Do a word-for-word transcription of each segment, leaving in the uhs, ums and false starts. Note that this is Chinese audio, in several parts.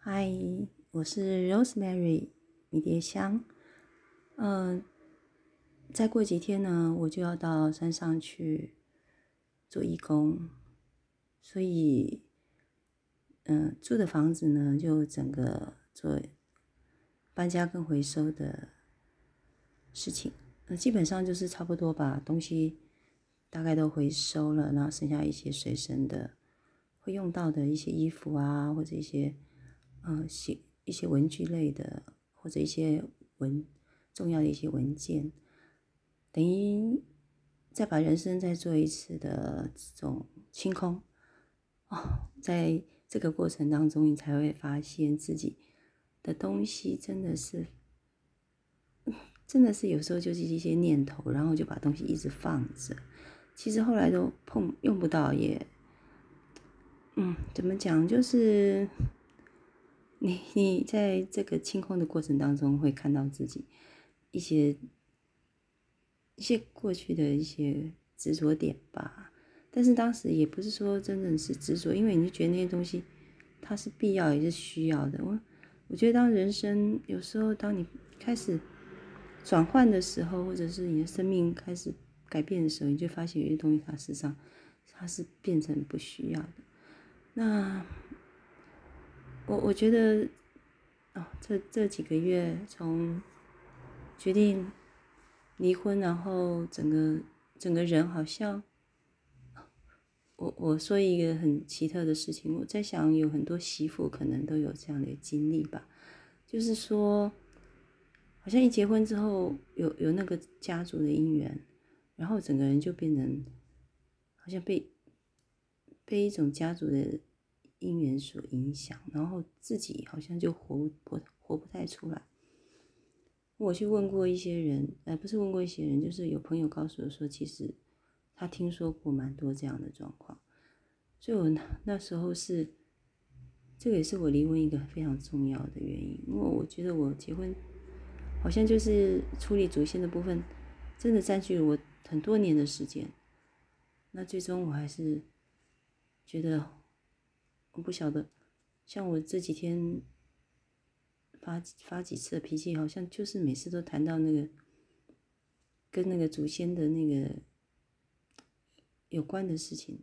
嗨，我是 Rosemary 迷迭香。嗯、呃，再过几天呢，我就要到山上去做义工，所以，嗯、呃，住的房子呢，就整个做搬家跟回收的事情。呃，基本上就是差不多把东西大概都回收了，然后剩下一些随身的会用到的一些衣服啊，或者一些呃写一些文具类的，或者一些文重要的一些文件，等于再把人生再做一次的这种清空哦。在这个过程当中，你才会发现自己的东西真的是。真的是有时候就是一些念头，然后就把东西一直放着，其实后来都碰用不到也，嗯，怎么讲？就是你你在这个清空的过程当中，会看到自己一些一些过去的一些执着点吧。但是当时也不是说真正是执着，因为你就觉得那些东西它是必要也是需要的。我我觉得当人生有时候当你开始转换的时候，或者是你的生命开始改变的时候，你就发现有些东西它事实上它是变成不需要的。那我我觉得哦，这这几个月从决定离婚，然后整个整个人好像，我我说一个很奇特的事情，我在想有很多媳妇可能都有这样的经历吧，就是说，好像一结婚之后有有那个家族的姻缘，然后整个人就变成好像被被一种家族的姻缘所影响，然后自己好像就活不活不太出来。我去问过一些人，呃，不是问过一些人，就是有朋友告诉我说，其实他听说过蛮多这样的状况。所以我那那时候是，这个也是我离婚一个非常重要的原因，因为我觉得我结婚好像就是处理祖先的部分，真的占据了我很多年的时间。那最终我还是觉得，我不晓得，像我这几天发发几次的脾气，好像就是每次都谈到那个跟那个祖先的那个有关的事情，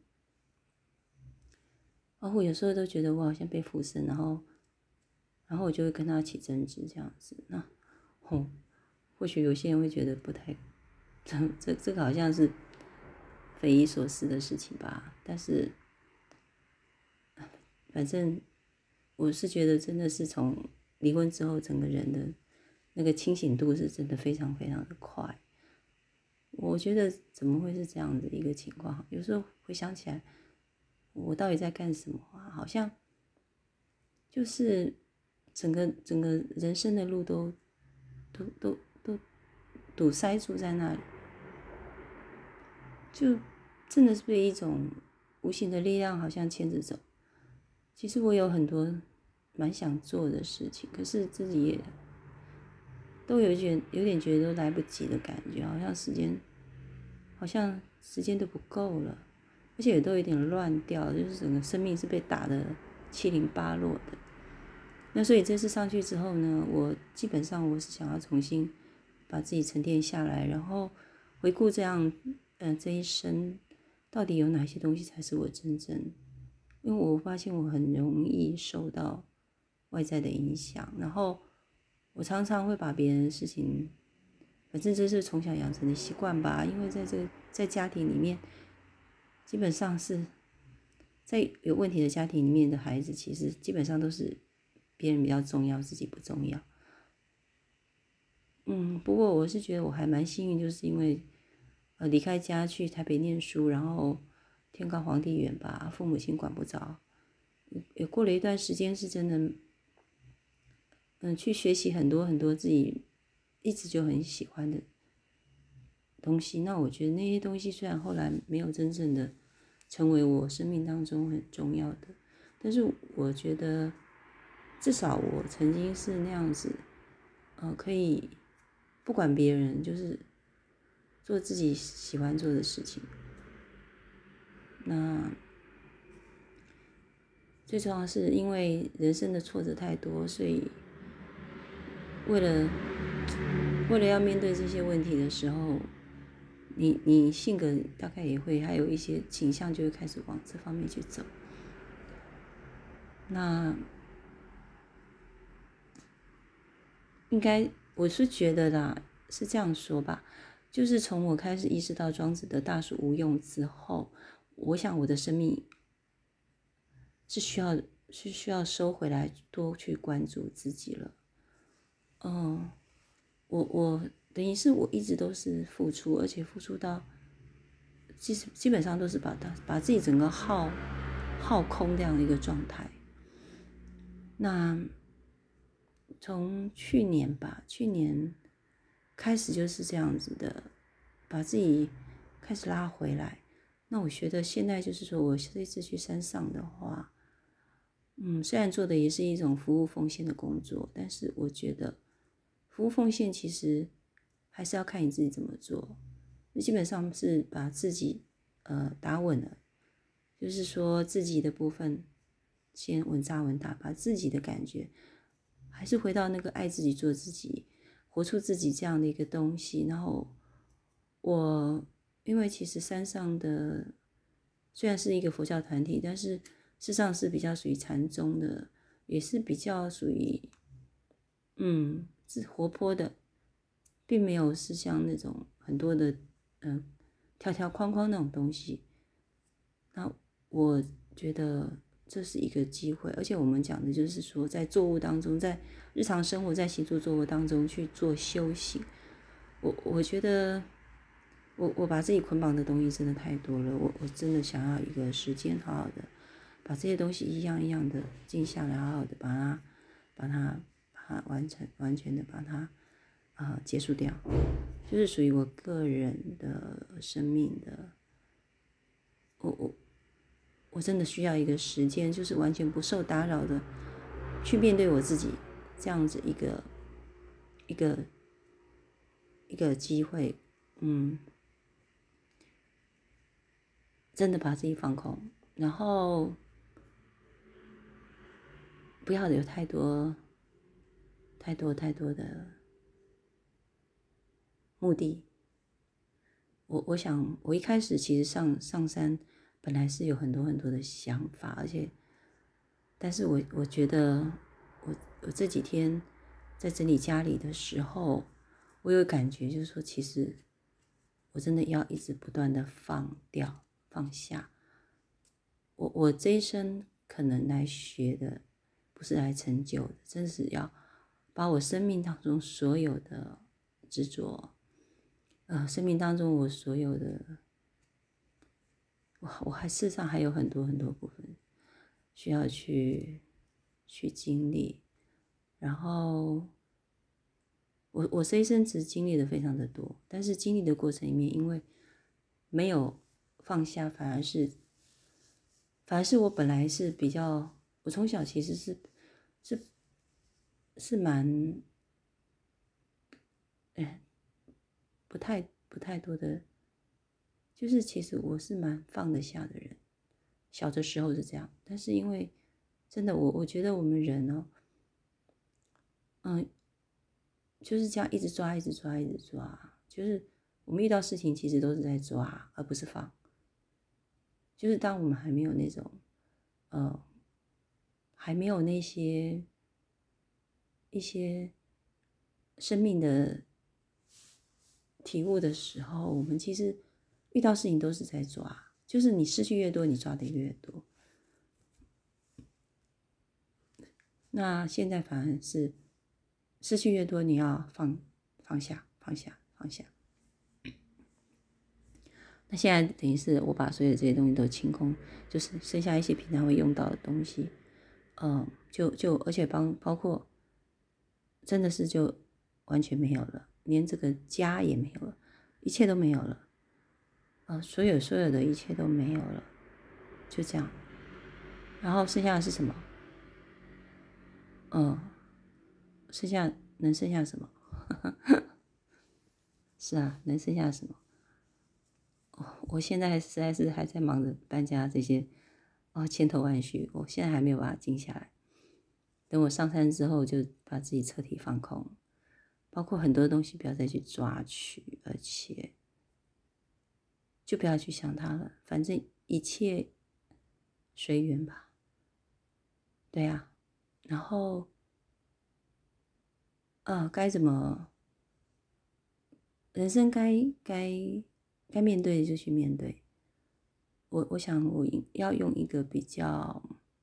然后我有时候都觉得我好像被附身，然后然后我就会跟他起争执这样子。那哦，或许有些人会觉得不太，这这这个好像是匪夷所思的事情吧，但是反正我是觉得真的是从离婚之后，整个人的那个清醒度是真的非常非常的快。我觉得怎么会是这样的一个情况？有时候回想起来，我到底在干什么啊？好像就是整个整个人生的路都都都都堵塞住在那里，就真的是被一种无形的力量好像牵着走。其实我有很多蛮想做的事情，可是自己也都有点有点觉得都来不及的感觉，好像时间好像时间都不够了，而且也都有点乱掉，就是整个生命是被打得七零八落的。那所以这次上去之后呢，我基本上我是想要重新把自己沉淀下来，然后回顾这样，呃，这一生到底有哪些东西才是我真正，因为我发现我很容易受到外在的影响，然后我常常会把别人的事情，反正这是从小养成的习惯吧，因为在这个在家庭里面，基本上是在有问题的家庭里面的孩子，其实基本上都是别人比较重要，自己不重要。嗯，不过我是觉得我还蛮幸运，就是因为呃离开家去台北念书，然后天高皇帝远吧，父母亲管不着，也过了一段时间，是真的，嗯，去学习很多很多自己一直就很喜欢的东西。那我觉得那些东西虽然后来没有真正的成为我生命当中很重要的，但是我觉得至少我曾经是那样子，呃，可以不管别人，就是做自己喜欢做的事情。那最重要的是因为人生的挫折太多，所以为了为了要面对这些问题的时候，你你性格大概也会还有一些倾向，就会开始往这方面去走。那应该我是觉得啦，是这样说吧，就是从我开始意识到庄子的大树无用之后，我想我的生命是需要是需要收回来，多去关注自己了。嗯，我我等于是我一直都是付出，而且付出到基基本上都是把它把自己整个耗耗空这样的一个状态。那从去年吧，去年开始就是这样子的，把自己开始拉回来。那我觉得现在就是说，我这次去山上的话，嗯，虽然做的也是一种服务奉献的工作，但是我觉得服务奉献其实还是要看你自己怎么做。基本上是把自己呃打稳了，就是说自己的部分先稳扎稳打，把自己的感觉还是回到那个爱自己、做自己、活出自己这样的一个东西。然后我因为其实山上的虽然是一个佛教团体，但是事实上是比较属于禅宗的，也是比较属于嗯是活泼的，并没有是像那种很多的嗯、呃、条条框框那种东西。那我觉得这是一个机会，而且我们讲的就是说，在作物当中，在日常生活，在行住坐卧当中去做修行。我我觉得我我把自己捆绑的东西真的太多了，我我真的想要一个时间，好好的把这些东西一样一样的静下来，好好的把它把它把它完成，完全的把它呃结束掉，就是属于我个人的生命的。我我我真的需要一个时间，就是完全不受打扰的去面对我自己，这样子一个一个一个机会，嗯，真的把自己放空，然后不要有太多太多太多的目的。我我想，我一开始其实上上山本来是有很多很多的想法，而且，但是我我觉得我我这几天在整理家里的时候，我有感觉，就是说，其实我真的要一直不断的放掉、放下。我我这一生可能来学的，不是来成就的，真是要把我生命当中所有的执着，呃，生命当中我所有的，我我还事实上还有很多很多部分需要去去经历，然后我我这一生只经历的非常的多，但是经历的过程里面，因为没有放下，反而是反而是我本来是比较，我从小其实是是是蛮，哎，不太不太多的，就是其实我是蛮放得下的人，小的时候是这样，但是因为真的我我觉得我们人哦，嗯，就是这样一直抓一直抓一直抓，就是我们遇到事情其实都是在抓，而不是放。就是当我们还没有那种，呃，还没有那些一些生命的体悟的时候，我们其实遇到事情都是在抓，就是你失去越多，你抓的越多。那现在反而是失去越多，你要放放下，放下，放下。那现在等于是我把所有的这些东西都清空，就是剩下一些平常会用到的东西，嗯，就就而且包包括，真的是就完全没有了，连这个家也没有了，一切都没有了，呃，所有所有的一切都没有了，就这样。然后剩下的是什么？嗯，剩下能剩下什么？是啊，能剩下什么？哦，我现在实在是还在忙着搬家这些， 哦，千头万绪，我现在还没有把它静下来。等我上山之后，就把自己彻底放空，包括很多东西不要再去抓取，而且就不要去想它了，反正一切随缘吧。对啊，然后呃，该怎么，人生该该该面对的就去面对。我我想我要用一个比较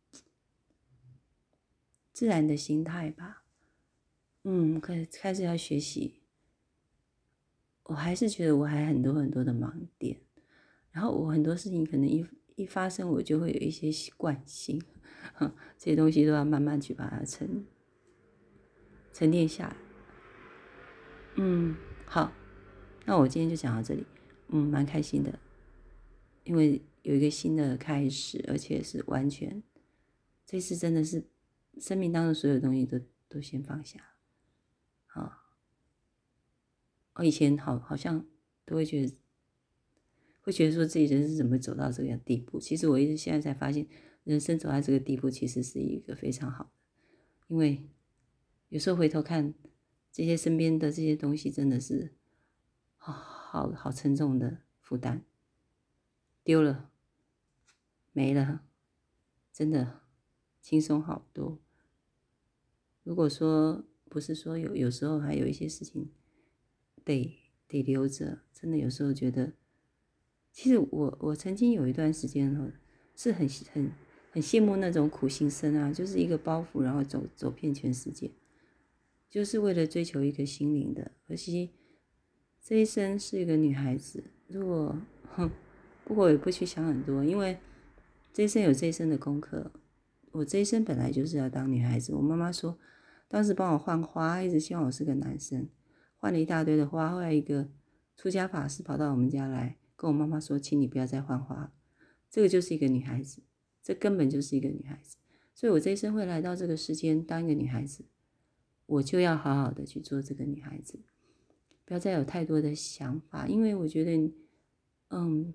自然的心态吧。嗯，开开始要学习。我还是觉得我还很多很多的盲点，然后我很多事情可能一一发生，我就会有一些惯性，这些东西都要慢慢去把它沉沉淀下来。嗯，好，那我今天就讲到这里。嗯，蛮开心的，因为有一个新的开始，而且是完全，这次真的是生命当中所有东西都都先放下。啊，我以前好好像都会觉得，会觉得说自己人生怎么走到这个地步？其实我一直现在才发现，人生走到这个地步，其实是一个非常好的，因为有时候回头看这些身边的这些东西，真的是好好好沉重的负担，丢了没了，真的轻松好多。如果说不是说有有时候还有一些事情得得留着，真的有时候觉得，其实我我曾经有一段时间哦，是很很很羡慕那种苦行僧啊，就是一个包袱，然后走走遍全世界，就是为了追求一个心灵的。可惜这一生是一个女孩子，如果哼，不过我也不去想很多，因为这一生有这一生的功课。我这一生本来就是要当女孩子。我妈妈说，当时帮我换花，一直希望我是个男生，换了一大堆的花。后来一个出家法师跑到我们家来，跟我妈妈说：“请你不要再换花了，这个就是一个女孩子，这根本就是一个女孩子。”所以我这一生会来到这个世间当一个女孩子，我就要好好的去做这个女孩子，不要再有太多的想法，因为我觉得，嗯，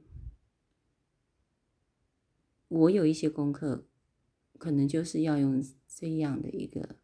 我有一些功课，可能就是要用这样的一个。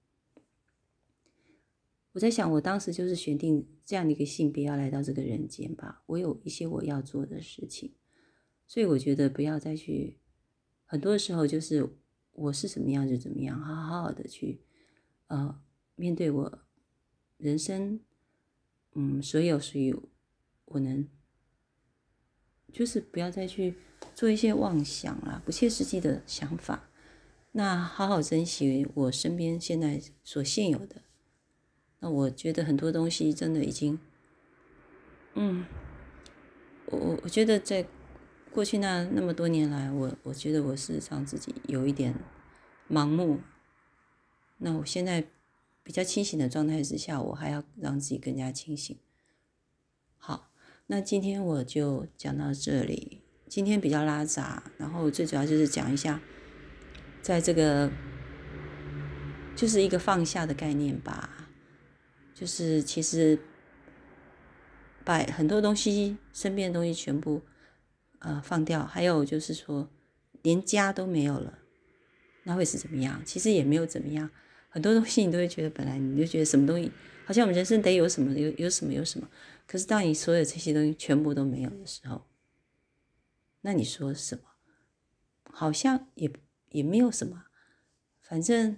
我在想，我当时就是选定这样的一个性别要来到这个人间吧。我有一些我要做的事情，所以我觉得不要再去，很多时候就是我是什么样就怎么样，好好的去呃面对我人生，嗯，所有属于我能，就是不要再去做一些妄想啦、不切实际的想法。那好好珍惜我身边现在所现有的。那我觉得很多东西真的已经，嗯，我我我觉得在过去那那么多年来，我我觉得我事实上自己有一点盲目。那我现在比较清醒的状态之下，我还要让自己更加清醒。好，那今天我就讲到这里。今天比较拉杂，然后最主要就是讲一下，在这个就是一个放下的概念吧。就是其实把很多东西身边的东西全部呃放掉，还有就是说连家都没有了，那会是怎么样？其实也没有怎么样，很多东西你都会觉得本来你就觉得什么东西好像我们人生得有什么有有什么有什么，可是当你所有这些东西全部都没有的时候，那你说什么？好像也也没有什么，反正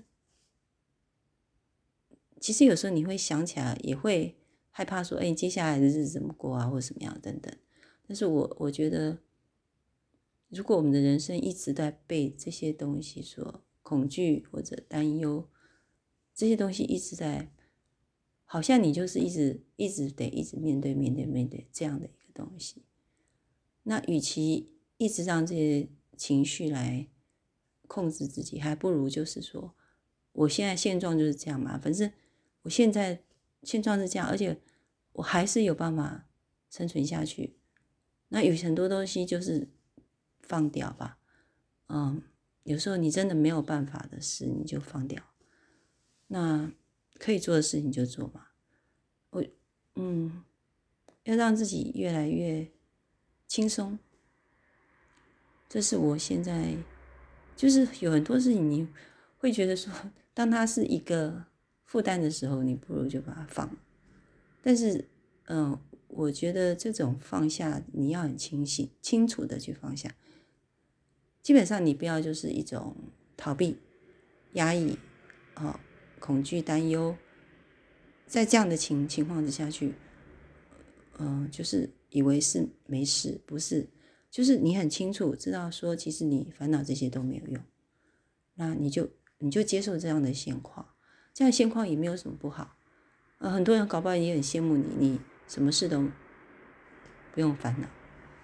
其实有时候你会想起来，也会害怕说，哎，接下来的日子怎么过啊，或者什么样等等。但是我我觉得，如果我们的人生一直在被这些东西所恐惧或者担忧，这些东西一直在，好像你就是一直一直得一直面对面对面对这样的一个东西。那与其一直让这些情绪来控制自己，还不如就是说，我现在现状就是这样嘛，反正我现在现状是这样，而且我还是有办法生存下去。那有很多东西就是放掉吧，嗯，有时候你真的没有办法的事，你就放掉。那可以做的事情就做嘛。我嗯，要让自己越来越轻松，这是我现在就是有很多事情你会觉得说，当它是一个负担的时候，你不如就把它放。但是，嗯、呃，我觉得这种放下，你要很清醒、清楚的去放下。基本上，你不要就是一种逃避、压抑、哦、恐惧、担忧，在这样的情情况之下去，嗯、呃，就是以为是没事，不是，就是你很清楚知道说，其实你烦恼这些都没有用，那你就你就接受这样的现况，这样的现况也没有什么不好。呃，很多人搞不好也很羡慕你，你什么事都不用烦恼，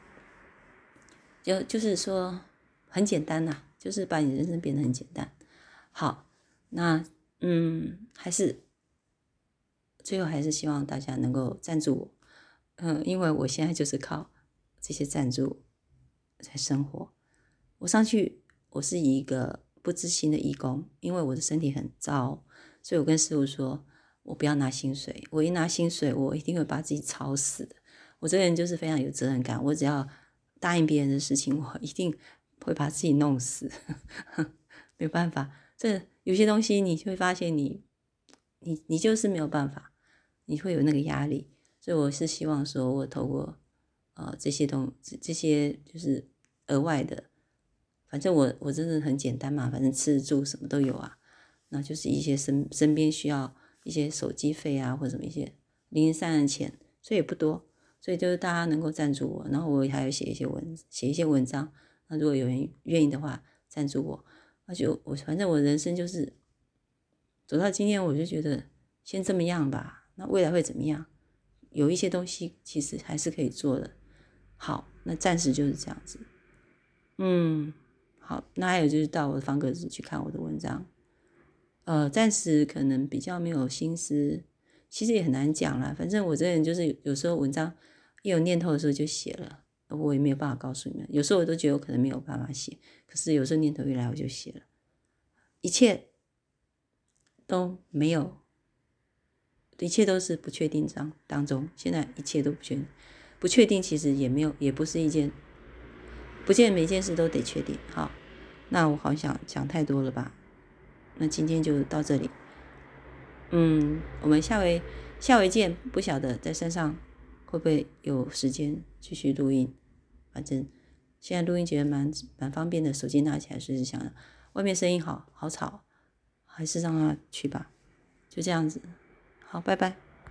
就就是说很简单呐、啊，就是把你人生变得很简单。好，那嗯，还是最后还是希望大家能够赞助我，嗯，因为我现在就是靠这些赞助在生活。我上去，我是一个不知心的义工，因为我的身体很糟，所以我跟师父说，我不要拿薪水，我一拿薪水，我一定会把自己操死的。我这个人就是非常有责任感，我只要答应别人的事情，我一定会把自己弄死。没有办法，这有些东西你会发现你，你你就是没有办法，你会有那个压力。所以我是希望说，我透过呃这些东这些就是额外的。反正我我真的很简单嘛，反正吃住什么都有啊，那就是一些身身边需要一些手机费啊，或者什么一些零零散散的钱，所以也不多，所以就是大家能够赞助我，然后我还有写一些文写一些文章，那如果有人愿意的话赞助我，那就我反正我人生就是走到今天，我就觉得先这么样吧，那未来会怎么样？有一些东西其实还是可以做的，好，那暂时就是这样子，嗯。好，那还有就是到我的方格子去看我的文章，呃，暂时可能比较没有心思，其实也很难讲啦。反正我这人就是有时候文章一有念头的时候就写了，我也没有办法告诉你们。有时候我都觉得我可能没有办法写，可是有时候念头一来我就写了，一切都没有，一切都是不确定当当中。现在一切都不确定，不确定其实也没有，也不是一件，不见每件事都得确定。好。那我好想讲太多了吧？那今天就到这里。嗯，我们下回下回见。不晓得在山上会不会有时间继续录音？反正现在录音觉得蛮蛮方便的，手机拿起来随时想的。外面声音好好吵，还是让他去吧。就这样子，好，拜拜。